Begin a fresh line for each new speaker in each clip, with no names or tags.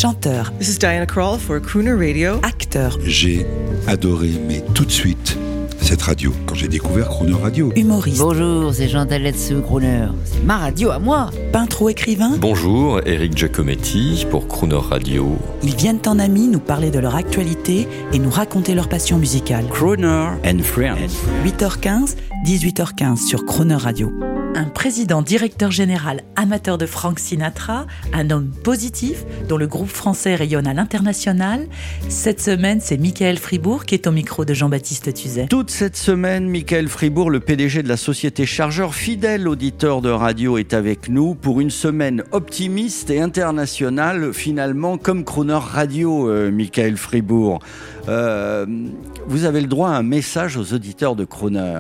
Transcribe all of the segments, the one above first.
Chanteur.
This is Diana Krall for Crooner Radio.
Acteur.
J'ai adoré, mais tout de suite, cette radio, quand j'ai découvert Crooner Radio.
Humoriste.
Bonjour, c'est Jean Taletsu, Crooner. C'est ma radio à moi.
Peintre ou écrivain.
Bonjour, Eric Giacometti pour Crooner Radio.
Ils viennent en amis nous parler de leur actualité et nous raconter leur passion musicale.
Crooner and Friends.
8h15, 18h15 sur Crooner Radio. Un président directeur général amateur de Frank Sinatra, un homme positif dont le groupe français rayonne à l'international. Cette semaine, c'est Michael Fribourg qui est au micro de Jean-Baptiste Tuzet.
Toute cette semaine, Michael Fribourg, le PDG de la société Chargeur, fidèle auditeur de radio, est avec nous pour une semaine optimiste et internationale, finalement, comme Crooner Radio, Michael Fribourg. Vous avez le droit à un message aux auditeurs de Crooner.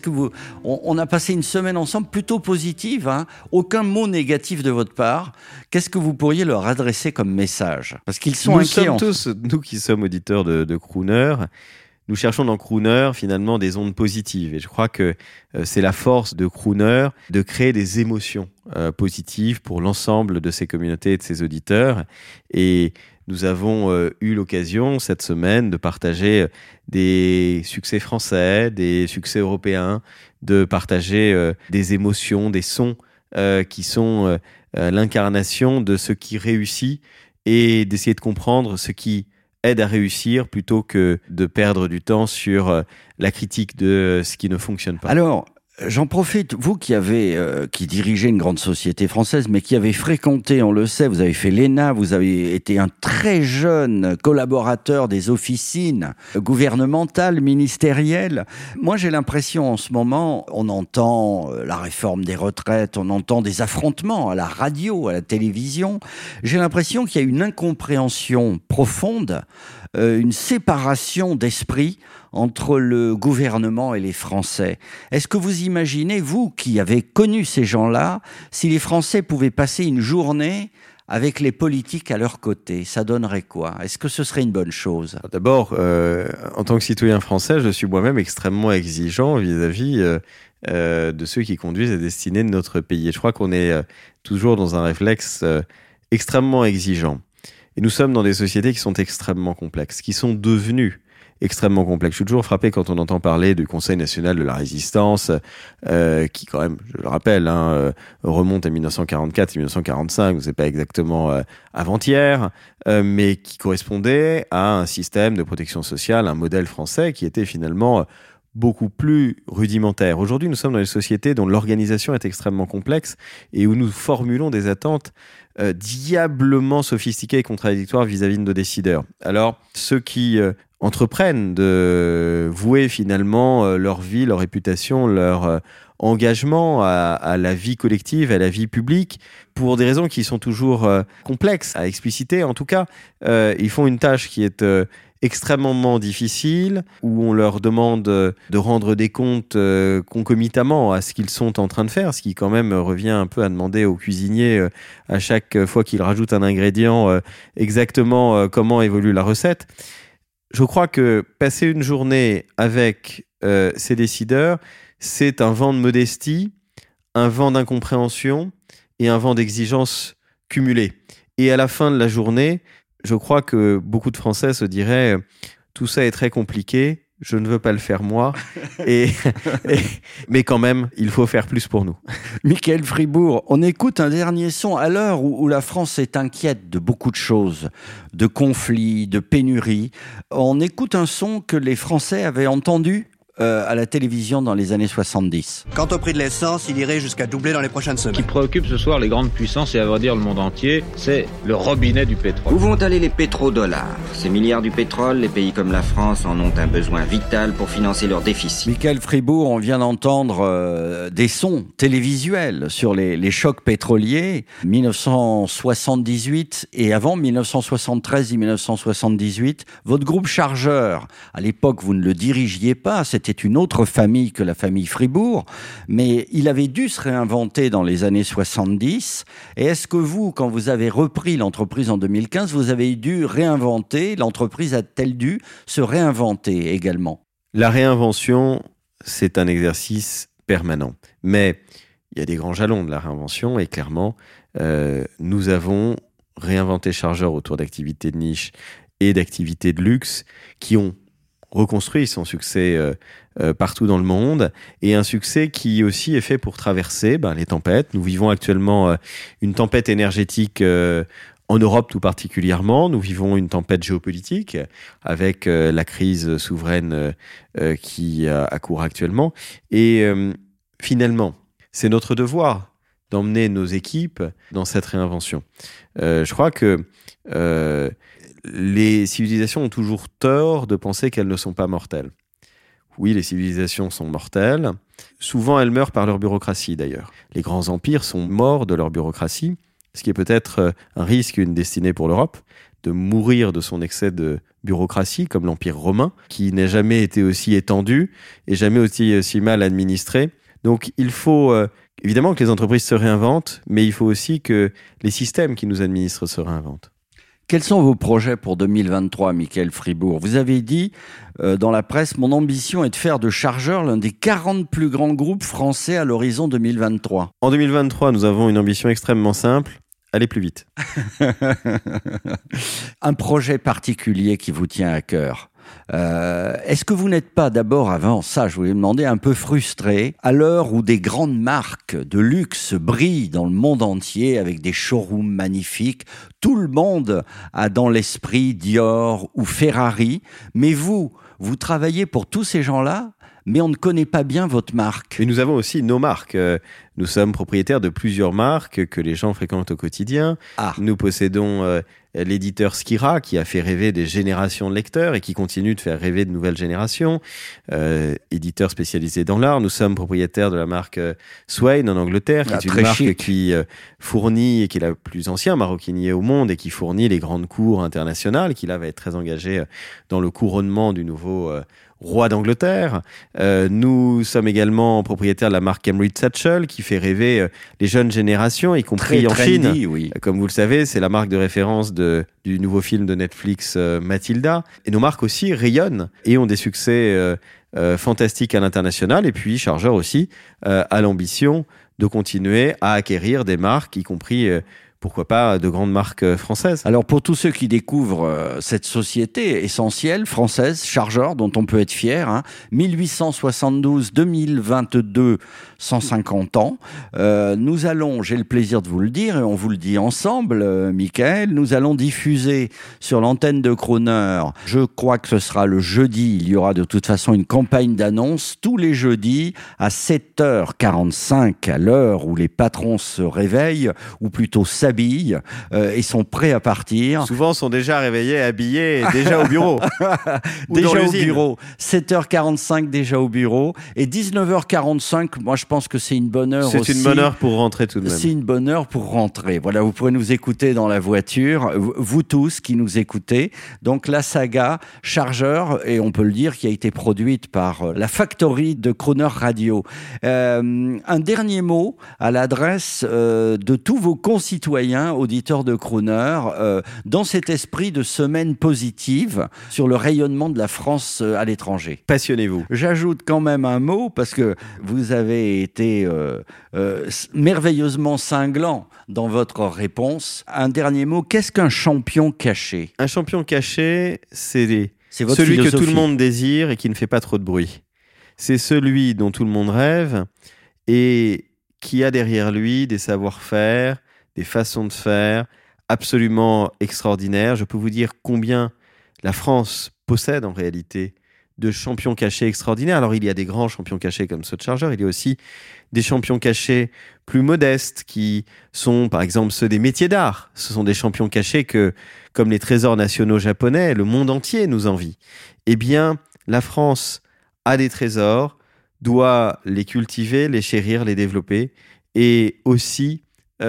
On a passé une semaine ensemble plutôt positive, hein, aucun mot négatif de votre part. Qu'est-ce que vous pourriez leur adresser comme message ? Parce qu'ils sont inquiets.
Nous qui sommes auditeurs de Crooner, nous cherchons dans Crooner finalement des ondes positives. Et je crois que c'est la force de Crooner de créer des émotions positives pour l'ensemble de ses communautés et de ses auditeurs. Et nous avons eu l'occasion cette semaine de partager des succès français, des succès européens, de partager des émotions, des sons qui sont l'incarnation de ce qui réussit et d'essayer de comprendre ce qui aide à réussir plutôt que de perdre du temps sur la critique de ce qui ne fonctionne pas.
Alors, j'en profite, vous qui dirigez une grande société française, mais qui avez fréquenté, on le sait, vous avez fait l'ENA, vous avez été un très jeune collaborateur des officines gouvernementales, ministérielles. Moi, j'ai l'impression en ce moment, on entend la réforme des retraites, on entend des affrontements à la radio, à la télévision. J'ai l'impression qu'il y a une incompréhension profonde, une séparation d'esprit entre le gouvernement et les Français. Est-ce que vous imaginez, vous qui avez connu ces gens-là, si les Français pouvaient passer une journée avec les politiques à leur côté, ça donnerait quoi ? Est-ce que ce serait une bonne chose ?
D'abord, en tant que citoyen français, je suis moi-même extrêmement exigeant vis-à-vis de ceux qui conduisent la destinée de notre pays. Et je crois qu'on est toujours dans un réflexe extrêmement exigeant. Et nous sommes dans des sociétés qui sont extrêmement complexes, qui sont devenues extrêmement complexe. Je suis toujours frappé quand on entend parler du Conseil national de la résistance, qui quand même, je le rappelle, remonte à 1944 et 1945, c'est pas exactement avant-hier, mais qui correspondait à un système de protection sociale, un modèle français qui était finalement beaucoup plus rudimentaire. Aujourd'hui, nous sommes dans une société dont l'organisation est extrêmement complexe et où nous formulons des attentes diablement sophistiquées et contradictoires vis-à-vis de nos décideurs. Alors, ceux qui entreprennent de vouer finalement leur vie, leur réputation, leur engagement à la vie collective, à la vie publique, pour des raisons qui sont toujours complexes à expliciter. En tout cas, ils font une tâche qui est extrêmement difficile, où on leur demande de rendre des comptes concomitamment à ce qu'ils sont en train de faire, ce qui quand même revient un peu à demander aux cuisiniers à chaque fois qu'ils rajoutent un ingrédient exactement comment évolue la recette. Je crois que passer une journée avec ces décideurs, c'est un vent de modestie, un vent d'incompréhension et un vent d'exigence cumulés. Et à la fin de la journée, je crois que beaucoup de Français se diraient « tout ça est très compliqué, je ne veux pas le faire moi, mais quand même, il faut faire plus pour nous. »
Michael Fribourg, on écoute un dernier son à l'heure où la France est inquiète de beaucoup de choses, de conflits, de pénuries. On écoute un son que les Français avaient entendu à la télévision dans les années 70.
Quant au prix de l'essence, il irait jusqu'à doubler dans les prochaines semaines.
Ce qui préoccupe ce soir les grandes puissances et à vrai dire le monde entier, c'est le robinet du pétrole.
Où vont aller les pétrodollars ? Ces milliards du pétrole, les pays comme la France en ont un besoin vital pour financer leur déficit.
Michael Fribourg, on vient d'entendre des sons télévisuels sur les chocs pétroliers, 1978 et avant 1973 et 1978. Votre groupe Chargeur, à l'époque vous ne le dirigiez pas, c'était une autre famille que la famille Fribourg, mais il avait dû se réinventer dans les années 70. Et est-ce que vous, quand vous avez repris l'entreprise en 2015, vous avez dû réinventer, l'entreprise a-t-elle dû se réinventer également ?
La réinvention, c'est un exercice permanent. Mais il y a des grands jalons de la réinvention et clairement, nous avons réinventé Chargeur autour d'activités de niche et d'activités de luxe qui ont reconstruit son succès partout dans le monde, et un succès qui aussi est fait pour traverser les tempêtes. Nous vivons actuellement une tempête énergétique en Europe tout particulièrement. Nous vivons une tempête géopolitique avec la crise souveraine qui accourt actuellement. Et finalement, c'est notre devoir d'emmener nos équipes dans cette réinvention. Je crois que les civilisations ont toujours tort de penser qu'elles ne sont pas mortelles. Oui, les civilisations sont mortelles. Souvent, elles meurent par leur bureaucratie, d'ailleurs. Les grands empires sont morts de leur bureaucratie, ce qui est peut-être un risque, une destinée pour l'Europe, de mourir de son excès de bureaucratie, comme l'Empire romain, qui n'a jamais été aussi étendu et jamais aussi mal administré. Donc, il faut évidemment que les entreprises se réinventent, mais il faut aussi que les systèmes qui nous administrent se réinventent.
Quels sont vos projets pour 2023, Mickaël Fribourg ? Vous avez dit dans la presse, mon ambition est de faire de Chargeur l'un des 40 plus grands groupes français à l'horizon 2023.
En 2023, nous avons une ambition extrêmement simple, aller plus vite.
Un projet particulier qui vous tient à cœur ? Est-ce que vous n'êtes pas d'abord, avant ça, je voulais demander, un peu frustré à l'heure où des grandes marques de luxe brillent dans le monde entier avec des showrooms magnifiques? Tout le monde a dans l'esprit Dior ou Ferrari, mais vous travaillez pour tous ces gens-là, mais on ne connaît pas bien votre marque.
Mais nous avons aussi nos marques. Nous sommes propriétaires de plusieurs marques que les gens fréquentent au quotidien. Nous possédons l'éditeur Skira, qui a fait rêver des générations de lecteurs et qui continue de faire rêver de nouvelles générations. Éditeur spécialisé dans l'art. Nous sommes propriétaires de la marque Swaine en Angleterre, qui est une marque qui fournit, et qui est la plus ancienne maroquinier au monde et qui fournit les grandes cours internationales, qui là va être très engagé dans le couronnement du nouveau roi d'Angleterre. Nous sommes également propriétaires de la marque Cambridge Satchel, qui fait rêver les jeunes générations, y compris
très
en
trendy,
Chine.
Oui.
Comme vous le savez, c'est la marque de référence du nouveau film de Netflix Mathilda. Et nos marques aussi rayonnent et ont des succès fantastiques à l'international. Et puis Chargeur aussi a l'ambition de continuer à acquérir des marques, y compris pourquoi pas de grandes marques françaises.
Alors pour tous ceux qui découvrent cette société essentielle française, Chargeur, dont on peut être fier, 1872-2022, 150 ans. Nous allons, j'ai le plaisir de vous le dire, et on vous le dit ensemble, Mickaël, nous allons diffuser sur l'antenne de Croner, je crois que ce sera le jeudi, il y aura de toute façon une campagne d'annonce tous les jeudis à 7h45, à l'heure où les patrons se réveillent, ou plutôt s'habillent et sont prêts à partir.
Souvent sont déjà réveillés, habillés, et déjà au bureau.
Déjà au bureau. 7h45 déjà au bureau. Et 19h45, moi je pense que c'est une bonne heure aussi.
C'est une bonne heure pour rentrer tout de même.
C'est une bonne heure pour rentrer. Voilà, vous pourrez nous écouter dans la voiture, vous tous qui nous écoutez. Donc la saga Chargeur, et on peut le dire, qui a été produite par la Factory de Croner Radio. Un dernier mot à l'adresse de tous vos concitoyens, auditeurs de Croner, dans cet esprit de semaine positive sur le rayonnement de la France à l'étranger.
Passionnez-vous.
J'ajoute quand même un mot, parce que vous avez été merveilleusement cinglant dans votre réponse. Un dernier mot, qu'est-ce qu'un champion caché ?
Un champion caché, c'est
votre
celui
philosophie.
Que tout le monde désire et qui ne fait pas trop de bruit. C'est celui dont tout le monde rêve et qui a derrière lui des savoir-faire, des façons de faire absolument extraordinaires. Je peux vous dire combien la France possède en réalité de champions cachés extraordinaires. Alors il y a des grands champions cachés comme ceux de Chargeur, il y a aussi des champions cachés plus modestes qui sont par exemple ceux des métiers d'art. Ce sont des champions cachés que, comme les trésors nationaux japonais, le monde entier nous envie. Eh bien, la France a des trésors, doit les cultiver, les chérir, les développer et aussi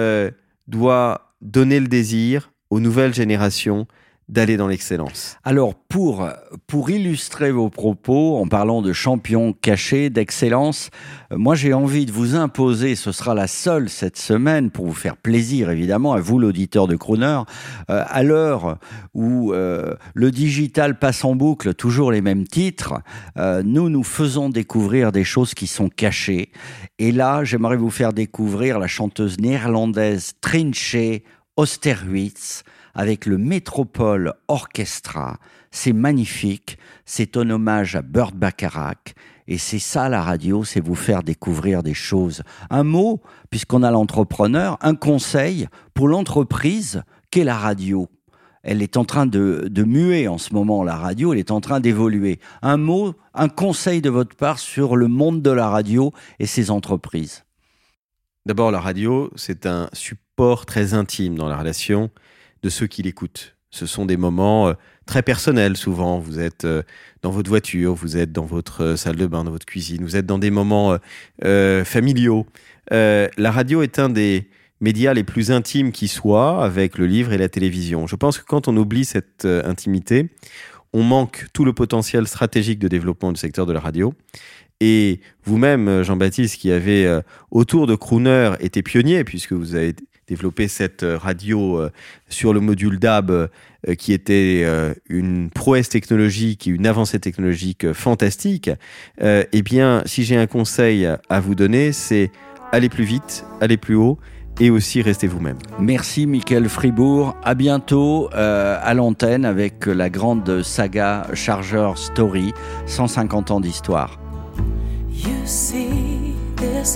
doit donner le désir aux nouvelles générations d'aller dans l'excellence.
Alors, pour illustrer vos propos, en parlant de champions cachés, d'excellence, moi j'ai envie de vous imposer, ce sera la seule cette semaine, pour vous faire plaisir évidemment, à vous l'auditeur de Croner, à l'heure où le digital passe en boucle toujours les mêmes titres, nous faisons découvrir des choses qui sont cachées. Et là, j'aimerais vous faire découvrir la chanteuse néerlandaise Trijntje Osterwitz avec le Métropole Orchestra. C'est magnifique, c'est un hommage à Burt Bacharach. Et c'est ça la radio, c'est vous faire découvrir des choses. Un mot, puisqu'on a l'entrepreneur, un conseil pour l'entreprise qu'est la radio. Elle est en train de muer en ce moment, la radio, elle est en train d'évoluer. Un mot, un conseil de votre part sur le monde de la radio et ses entreprises.
D'abord, la radio, c'est un support très intime dans la relation de ceux qui l'écoutent. Ce sont des moments très personnels souvent. Vous êtes dans votre voiture, vous êtes dans votre salle de bain, dans votre cuisine, vous êtes dans des moments familiaux. La radio est un des médias les plus intimes qui soient, avec le livre et la télévision. Je pense que quand on oublie cette intimité, on manque tout le potentiel stratégique de développement du secteur de la radio. Et vous-même, Jean-Baptiste, qui avez autour de Crooner été pionnier, puisque vous avez développé cette radio sur le module DAB, qui était une prouesse technologique et une avancée technologique fantastique. Eh bien, si j'ai un conseil à vous donner, c'est aller plus vite, aller plus haut, et aussi restez vous-même.
Merci Mickaël Fribourg. À bientôt à l'antenne avec la grande saga Charger Story, 150 ans d'histoire.
You see this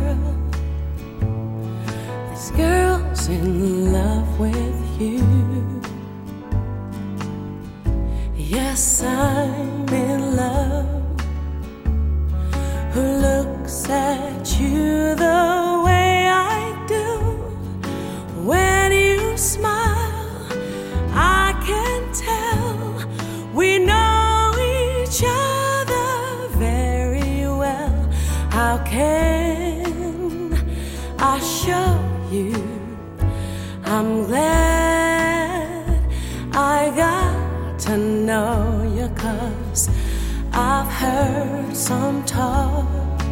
girl's in love with you. Yes, I'm in love. Who looks at you the way I do? When you smile, I can tell we know each other very well. How can I show you? I'm glad I got to know you, 'cause I've heard some talk.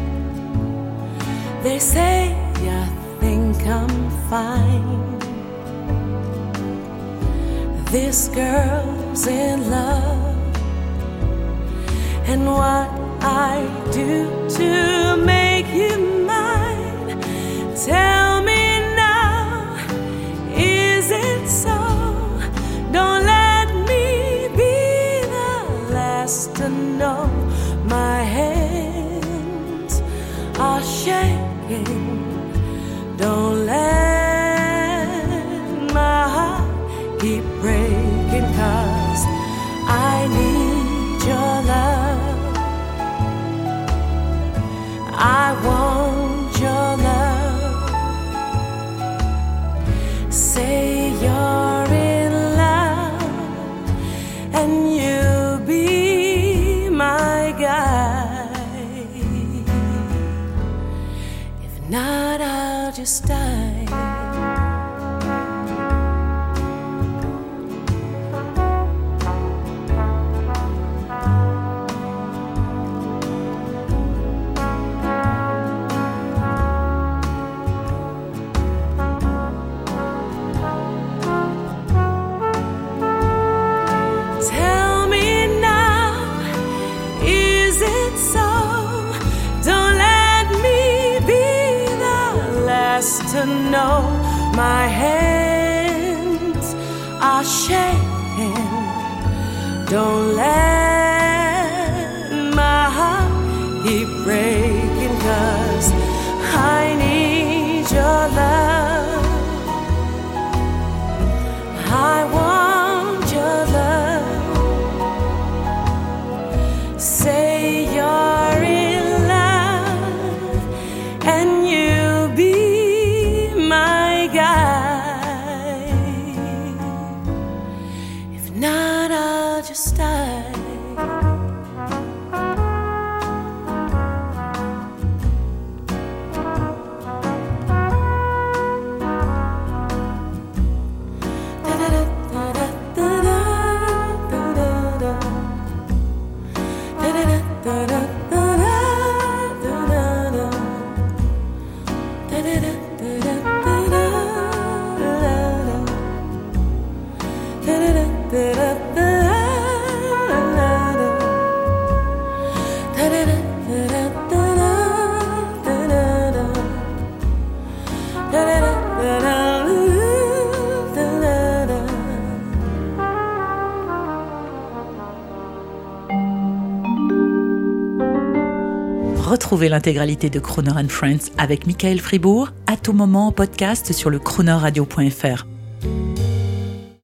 They say you think I'm fine. This girl's in love, and what I do to make you mine, tell me now, is it so? Don't let me be the last to know. My hands are shaking. Don't let my heart keep breaking, 'cause I need your love. I want your love. Say you're in love, and you'll be my guy. If not, I'll just die. To know my hands are shaking. Don't let my heart keep breaking, 'cause I need your love. I want your love. Say you're in love, and you'll be my guy. If not, I'll just die.
Retrouvez l'intégralité de Crooner and Friends avec Michael Fribourg à tout moment en podcast sur le croonerradio.fr.